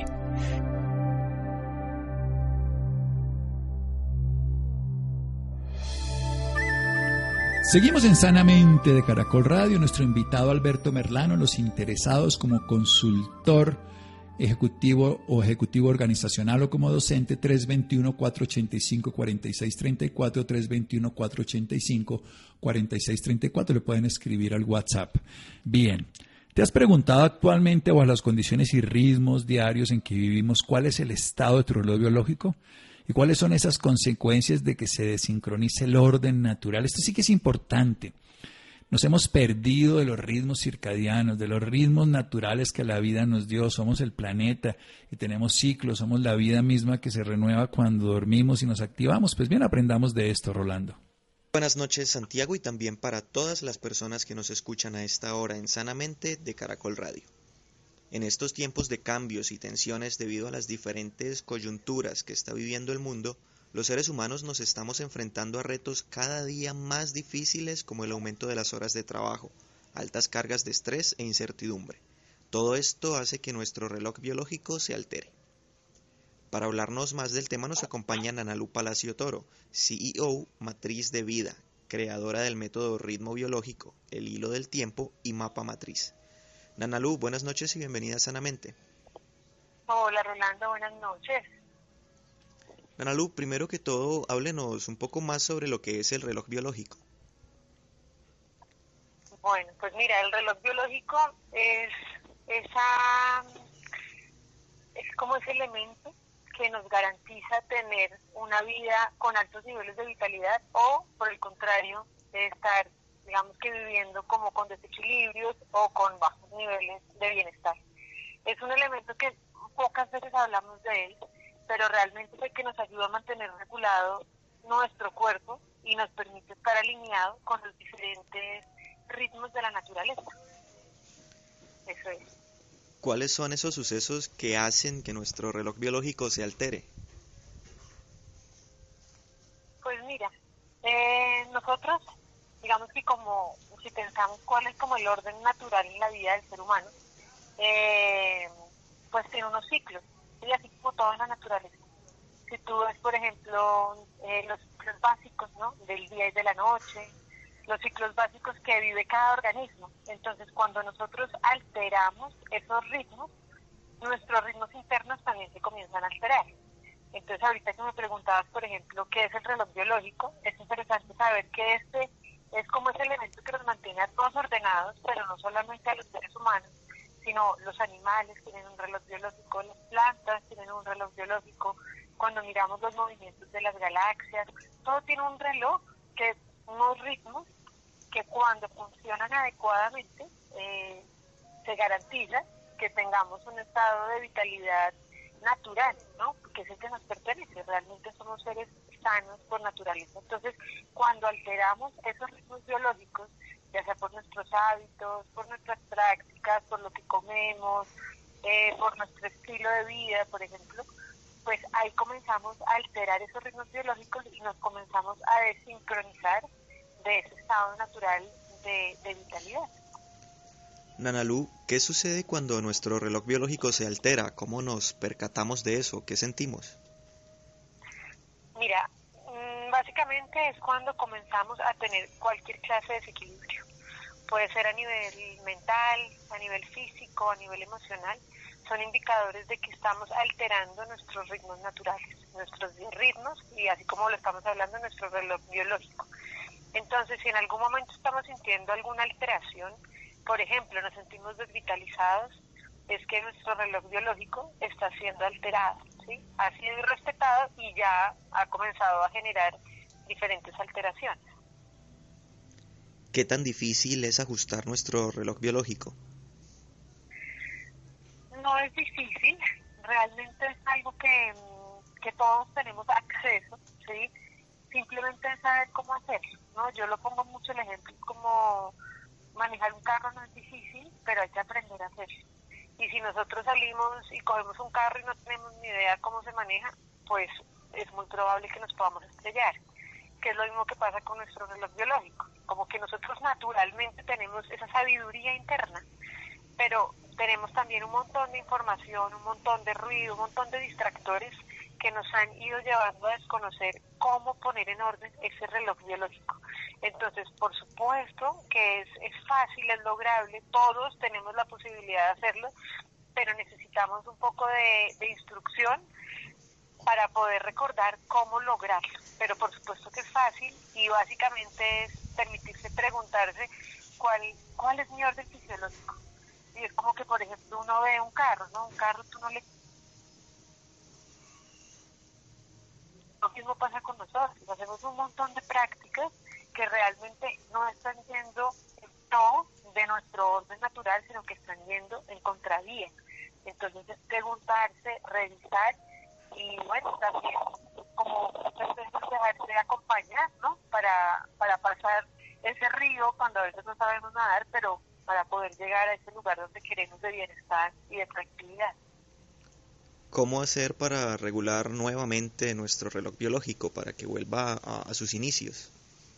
Speaker 6: Seguimos en Sanamente de Caracol Radio. Nuestro invitado Alberto Merlano, los interesados como consultor ejecutivo o ejecutivo organizacional o como docente, 321-485-4634, 321-485-4634. Le pueden escribir al WhatsApp. Bien. ¿Te has preguntado actualmente o a las condiciones y ritmos diarios en que vivimos cuál es el estado de tu reloj biológico? ¿Y cuáles son esas consecuencias de que se desincronice el orden natural? Esto sí que es importante. Nos hemos perdido de los ritmos circadianos, de los ritmos naturales que la vida nos dio. Somos el planeta y tenemos ciclos, somos la vida misma que se renueva cuando dormimos y nos activamos. Pues bien, aprendamos de esto, Rolando.
Speaker 16: Buenas noches, Santiago, y también para todas las personas que nos escuchan a esta hora en Sanamente de Caracol Radio. En estos tiempos de cambios y tensiones debido a las diferentes coyunturas que está viviendo el mundo, los seres humanos nos estamos enfrentando a retos cada día más difíciles como el aumento de las horas de trabajo, altas cargas de estrés e incertidumbre. Todo esto hace que nuestro reloj biológico se altere. Para hablarnos más del tema nos acompaña Nanalú Palacio Toro, CEO Matriz de Vida, creadora del método Ritmo Biológico, el Hilo del Tiempo y Mapa Matriz. Nanalú, buenas noches y bienvenida a Sanamente.
Speaker 17: Hola Rolando, buenas noches.
Speaker 16: Nanalú, primero que todo, háblenos un poco más sobre lo que es el reloj biológico.
Speaker 17: Bueno, pues mira, el reloj biológico es como ese elemento que nos garantiza tener una vida con altos niveles de vitalidad o, por el contrario, de estar, digamos que viviendo como con desequilibrios o con bajos niveles de bienestar. Es un elemento que pocas veces hablamos de él, pero realmente es el que nos ayuda a mantener regulado nuestro cuerpo y nos permite estar alineado con los diferentes ritmos de la naturaleza. Eso es.
Speaker 16: ¿Cuáles son esos sucesos que hacen que nuestro reloj biológico se altere?
Speaker 17: Pues mira, nosotros, digamos que como si pensamos cuál es como el orden natural en la vida del ser humano, pues tiene unos ciclos, y así como todo en la naturaleza. Si tú ves, por ejemplo, los ciclos básicos, ¿no?, del día y de la noche, los ciclos básicos que vive cada organismo. Entonces, cuando nosotros alteramos esos ritmos, nuestros ritmos internos también se comienzan a alterar. Entonces, ahorita que me preguntabas, por ejemplo, ¿qué es el reloj biológico? Es interesante saber que este es como ese elemento que nos mantiene a todos ordenados, pero no solamente a los seres humanos, sino los animales tienen un reloj biológico, las plantas tienen un reloj biológico, cuando miramos los movimientos de las galaxias, todo tiene un reloj, unos ritmos que cuando funcionan adecuadamente se garantiza que tengamos un estado de vitalidad natural, ¿no? Porque es el que nos pertenece, realmente somos seres sanos por naturaleza. Entonces, cuando alteramos esos ritmos biológicos, ya sea por nuestros hábitos, por nuestras prácticas, por lo que comemos, por nuestro estilo de vida, por ejemplo, pues ahí comenzamos a alterar esos ritmos biológicos y nos comenzamos a desincronizar de ese estado natural de vitalidad.
Speaker 16: Nanalú, ¿qué sucede cuando nuestro reloj biológico se altera? ¿Cómo nos percatamos de eso? ¿Qué sentimos?
Speaker 17: Mira, básicamente es cuando comenzamos a tener cualquier clase de desequilibrio. Puede ser a nivel mental, a nivel físico, a nivel emocional. Son indicadores de que estamos alterando nuestros ritmos naturales, nuestros biorritmos, y así como lo estamos hablando, nuestro reloj biológico. Entonces, si en algún momento estamos sintiendo alguna alteración, por ejemplo, nos sentimos desvitalizados, es que nuestro reloj biológico está siendo alterado, ¿sí? Ha sido irrespetado y ya ha comenzado a generar diferentes alteraciones.
Speaker 16: ¿Qué tan difícil es ajustar nuestro reloj biológico?
Speaker 17: No es difícil, realmente es algo que todos tenemos acceso, ¿sí? Simplemente es saber cómo hacerlo, ¿no? Yo lo pongo mucho el ejemplo como manejar un carro no es difícil, pero hay que aprender a hacerlo. Y si nosotros salimos y cogemos un carro y no tenemos ni idea cómo se maneja, pues es muy probable que nos podamos estrellar, que es lo mismo que pasa con nuestro reloj biológico. Como que nosotros naturalmente tenemos esa sabiduría interna, pero tenemos también un montón de información, un montón de ruido, un montón de distractores que nos han ido llevando a desconocer cómo poner en orden ese reloj biológico. Entonces, por supuesto que es fácil, es lograble, todos tenemos la posibilidad de hacerlo, pero necesitamos un poco de instrucción para poder recordar cómo lograrlo. Pero por supuesto que es fácil y básicamente es permitirse preguntarse cuál es mi orden fisiológico. Y es como que, por ejemplo, uno ve un carro, ¿no? Un carro tú no le... Lo mismo pasa con nosotros, hacemos un montón de prácticas que realmente no están yendo no de nuestro orden natural, sino que están yendo en contravía. Entonces es preguntarse, revisar y bueno, también como muchas veces dejarse acompañar, ¿no? Para pasar ese río cuando a veces no sabemos nadar, pero para poder llegar a ese lugar donde queremos de bienestar y de tranquilidad.
Speaker 16: ¿Cómo hacer para regular nuevamente nuestro reloj biológico para que vuelva a sus inicios?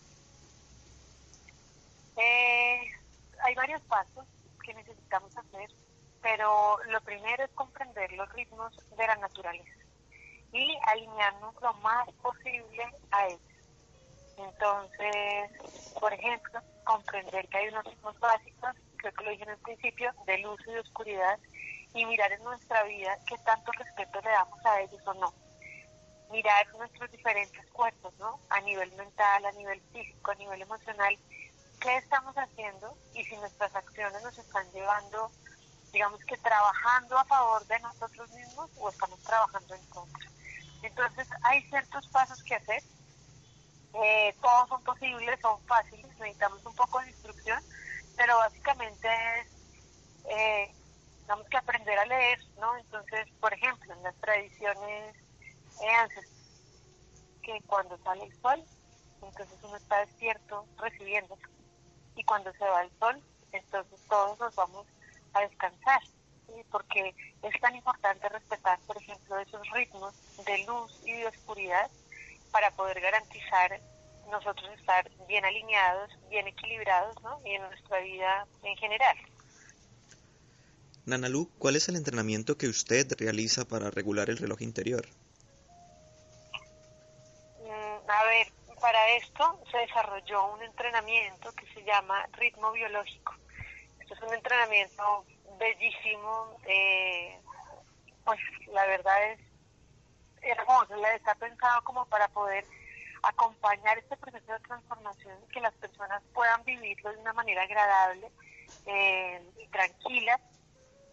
Speaker 17: Hay varios pasos que necesitamos hacer, pero lo primero es comprender los ritmos de la naturaleza y alinearnos lo más posible a ellos. Entonces, por ejemplo, comprender que hay unos ritmos básicos, creo que lo dije en el principio, de luz y de oscuridad, y mirar en nuestra vida qué tanto respeto le damos a ellos o no. Mirar nuestros diferentes cuerpos, ¿no? A nivel mental, a nivel físico, a nivel emocional, qué estamos haciendo y si nuestras acciones nos están llevando, digamos que trabajando a favor de nosotros mismos o estamos trabajando en contra. Entonces, hay ciertos pasos que hacer. Todos son posibles, son fáciles, necesitamos un poco de instrucción, pero básicamente es tenemos que aprender a leer, ¿no? Entonces, por ejemplo, en las tradiciones ancestrales, que cuando sale el sol, entonces uno está despierto recibiéndolo, y cuando se va el sol, entonces todos nos vamos a descansar, ¿sí? Porque es tan importante respetar, por ejemplo, esos ritmos de luz y de oscuridad para poder garantizar nosotros estar bien alineados, bien equilibrados, ¿no? Y en nuestra vida en general.
Speaker 16: Nanalú, ¿cuál es el entrenamiento que usted realiza para regular el reloj interior?
Speaker 17: A ver, para esto se desarrolló un entrenamiento que se llama ritmo biológico. Esto es un entrenamiento bellísimo, pues la verdad es hermoso, está pensado como para poder acompañar este proceso de transformación y que las personas puedan vivirlo de una manera agradable y tranquila.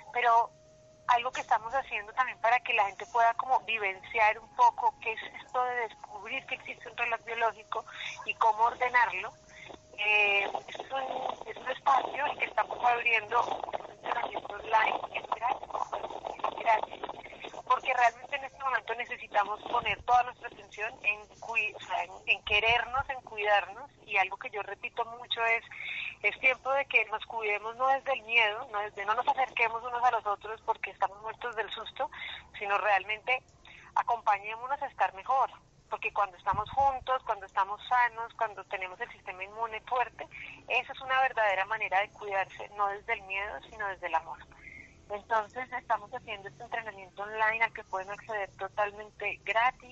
Speaker 17: pero algo que estamos haciendo también para que la gente pueda como vivenciar un poco qué es esto de descubrir que existe un reloj biológico y cómo ordenarlo. Es un espacio que estamos abriendo un entrenamiento online, que es gratis, porque realmente en este momento necesitamos poner toda nuestra atención en querernos, en cuidarnos, y algo que yo repito mucho es tiempo de que nos cuidemos no desde el miedo, no nos acerquemos unos a los otros porque estamos muertos del susto, sino realmente acompañémonos a estar mejor, porque cuando estamos juntos, cuando estamos sanos, cuando tenemos el sistema inmune fuerte, esa es una verdadera manera de cuidarse, no desde el miedo, sino desde el amor. Entonces estamos haciendo este entrenamiento online al que pueden acceder totalmente gratis,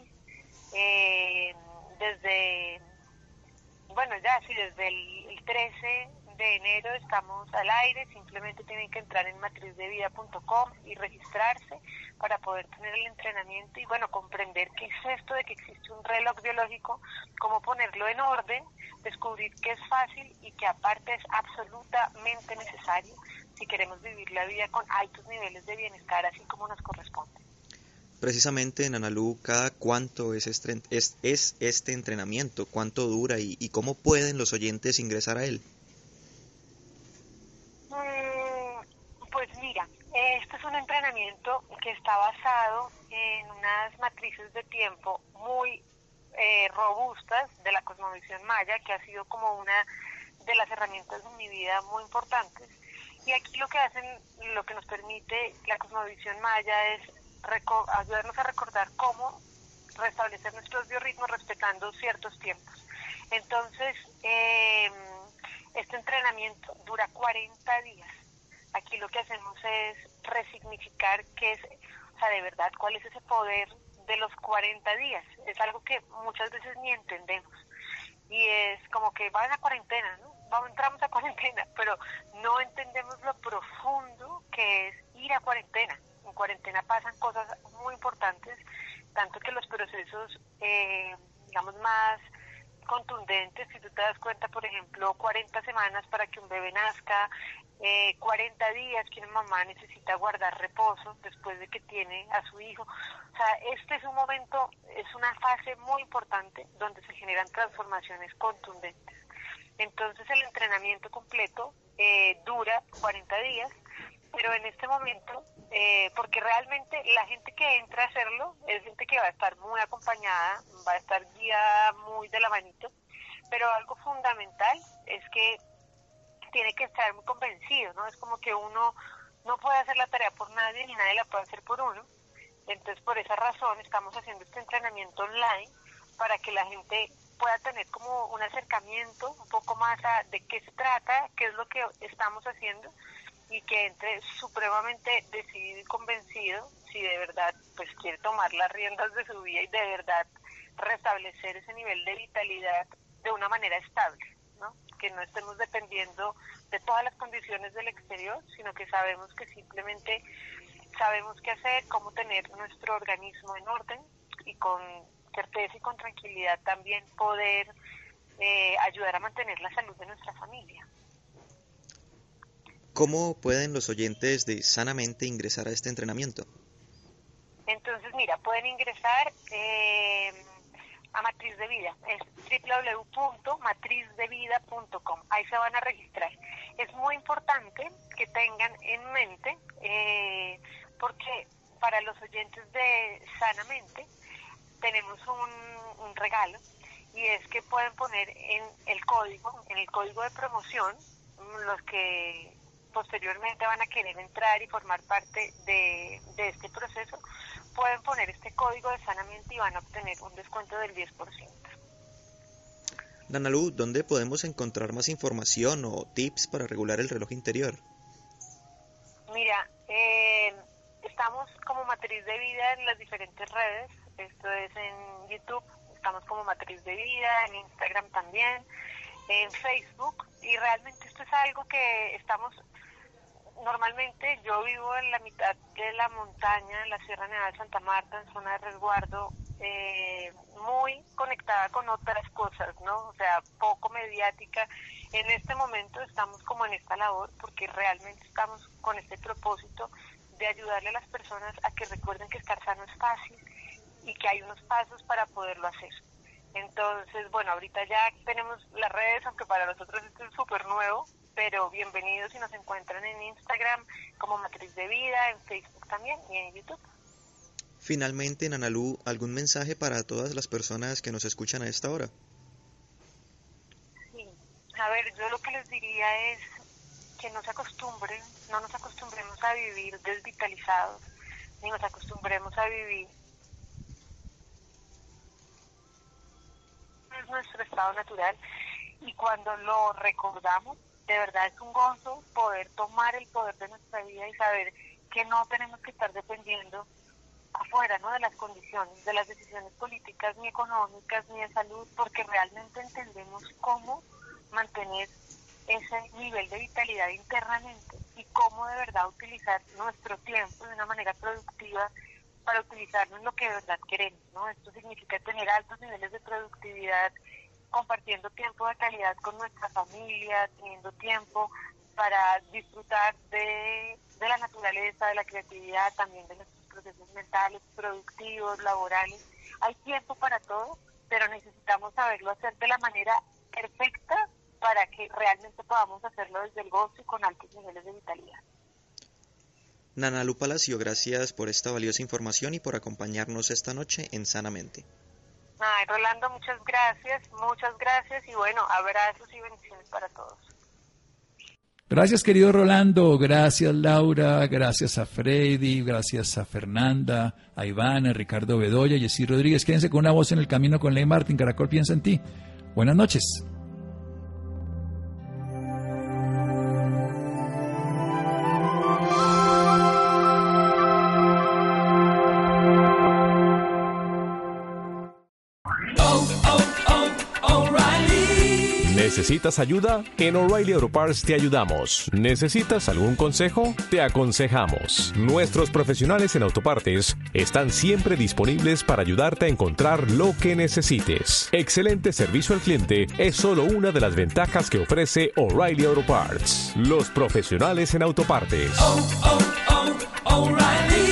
Speaker 17: desde el 13 de enero estamos al aire. Simplemente tienen que entrar en matrizdevida.com y registrarse para poder tener el entrenamiento y comprender qué es esto de que existe un reloj biológico, cómo ponerlo en orden, descubrir que es fácil y que aparte es absolutamente necesario si queremos vivir la vida con altos niveles de bienestar, así como nos corresponde.
Speaker 16: Precisamente, Nanalú, ¿cada cuánto es este entrenamiento? ¿Cuánto dura y cómo pueden los oyentes ingresar a él?
Speaker 17: Pues mira, este es un entrenamiento que está basado en unas matrices de tiempo muy robustas de la cosmovisión maya, que ha sido como una de las herramientas de mi vida muy importantes. Y aquí lo que nos permite la cosmovisión maya es ayudarnos a recordar cómo restablecer nuestros biorritmos respetando ciertos tiempos. Entonces, este entrenamiento dura 40 días. Aquí lo que hacemos es resignificar de verdad, cuál es ese poder de los 40 días. Es algo que muchas veces ni entendemos. Y es como que van a cuarentena, ¿no? Entramos a cuarentena, pero no entendemos lo profundo que es ir a cuarentena. En cuarentena pasan cosas muy importantes, tanto que los procesos, más contundentes, si tú te das cuenta, por ejemplo, 40 semanas para que un bebé nazca, 40 días que una mamá necesita guardar reposo después de que tiene a su hijo. O sea, este es un momento, es una fase muy importante donde se generan transformaciones contundentes. Entonces el entrenamiento completo dura 40 días, pero en este momento, porque realmente la gente que entra a hacerlo es gente que va a estar muy acompañada, va a estar guiada muy de la manito, pero algo fundamental es que tiene que estar muy convencido, ¿no? Es como que uno no puede hacer la tarea por nadie ni nadie la puede hacer por uno. Entonces, por esa razón estamos haciendo este entrenamiento online para que la gente pueda tener como un acercamiento un poco más de qué se trata, qué es lo que estamos haciendo, y que entre supremamente decidido y convencido si de verdad pues quiere tomar las riendas de su vida y de verdad restablecer ese nivel de vitalidad de una manera estable, ¿no? Que no estemos dependiendo de todas las condiciones del exterior, sino que sabemos que simplemente sabemos qué hacer, cómo tener nuestro organismo en orden y con certeza y con tranquilidad también poder ayudar a mantener la salud de nuestra familia.
Speaker 16: ¿Cómo pueden los oyentes de Sanamente ingresar a este entrenamiento?
Speaker 17: Entonces, mira, pueden ingresar a Matriz de Vida, es www.matrizdevida.com, ahí se van a registrar. Es muy importante que tengan en mente, porque para los oyentes de Sanamente tenemos un regalo, y es que pueden poner en el código de promoción, los que posteriormente van a querer entrar y formar parte de este proceso, pueden poner este código de Sanamente y van a obtener un descuento del 10%.
Speaker 16: Nanalú, ¿dónde podemos encontrar más información o tips para regular el reloj interior?
Speaker 17: Mira, estamos como Matriz de Vida en las diferentes redes. Esto es en YouTube, estamos como Matriz de Vida, en Instagram también, en Facebook, y realmente esto es algo que estamos... Normalmente yo vivo en la mitad de la montaña, en la Sierra Nevada de Santa Marta, en zona de resguardo muy conectada con otras cosas, ¿no? O sea, poco mediática. En este momento estamos como en esta labor porque realmente estamos con este propósito de ayudarle a las personas a que recuerden que estar sano es fácil y que hay unos pasos para poderlo hacer. Entonces, bueno, ahorita ya tenemos las redes, aunque para nosotros esto es súper nuevo, pero bienvenidos si nos encuentran en Instagram como Matriz de Vida, en Facebook también y en YouTube.
Speaker 16: Finalmente, Nanalú, ¿algún mensaje para todas las personas que nos escuchan a esta hora?
Speaker 17: Sí, a ver, yo lo que les diría es que no nos acostumbremos a vivir desvitalizados, ni nos acostumbremos a vivir. Es nuestro estado natural y cuando lo recordamos, de verdad es un gozo poder tomar el poder de nuestra vida y saber que no tenemos que estar dependiendo afuera, ¿no?, de las condiciones, de las decisiones políticas, ni económicas, ni de salud, porque realmente entendemos cómo mantener ese nivel de vitalidad internamente y cómo de verdad utilizar nuestro tiempo de una manera productiva para utilizarlo en lo que de verdad queremos, ¿no? Esto significa tener altos niveles de productividad, compartiendo tiempo de calidad con nuestra familia, teniendo tiempo para disfrutar de la naturaleza, de la creatividad, también de nuestros procesos mentales, productivos, laborales. Hay tiempo para todo, pero necesitamos saberlo hacer de la manera perfecta para que realmente podamos hacerlo desde el gozo y con altos niveles de vitalidad.
Speaker 16: Nanalú Palacio, gracias por esta valiosa información y por acompañarnos esta noche en Sanamente.
Speaker 17: Ay, Rolando, muchas gracias y bueno, abrazos y bendiciones para todos.
Speaker 6: Gracias, querido Rolando, gracias Laura, gracias a Freddy, gracias a Fernanda, a Iván, a Ricardo Bedoya, Jessy Rodríguez. Quédense con Una Voz en el Camino con Ley Martin. Caracol piensa en ti. Buenas noches.
Speaker 18: ¿Necesitas ayuda? En O'Reilly Auto Parts te ayudamos. ¿Necesitas algún consejo? Te aconsejamos. Nuestros profesionales en autopartes están siempre disponibles para ayudarte a encontrar lo que necesites. Excelente servicio al cliente es solo una de las ventajas que ofrece O'Reilly Auto Parts. Los profesionales en autopartes.
Speaker 19: O'Reilly.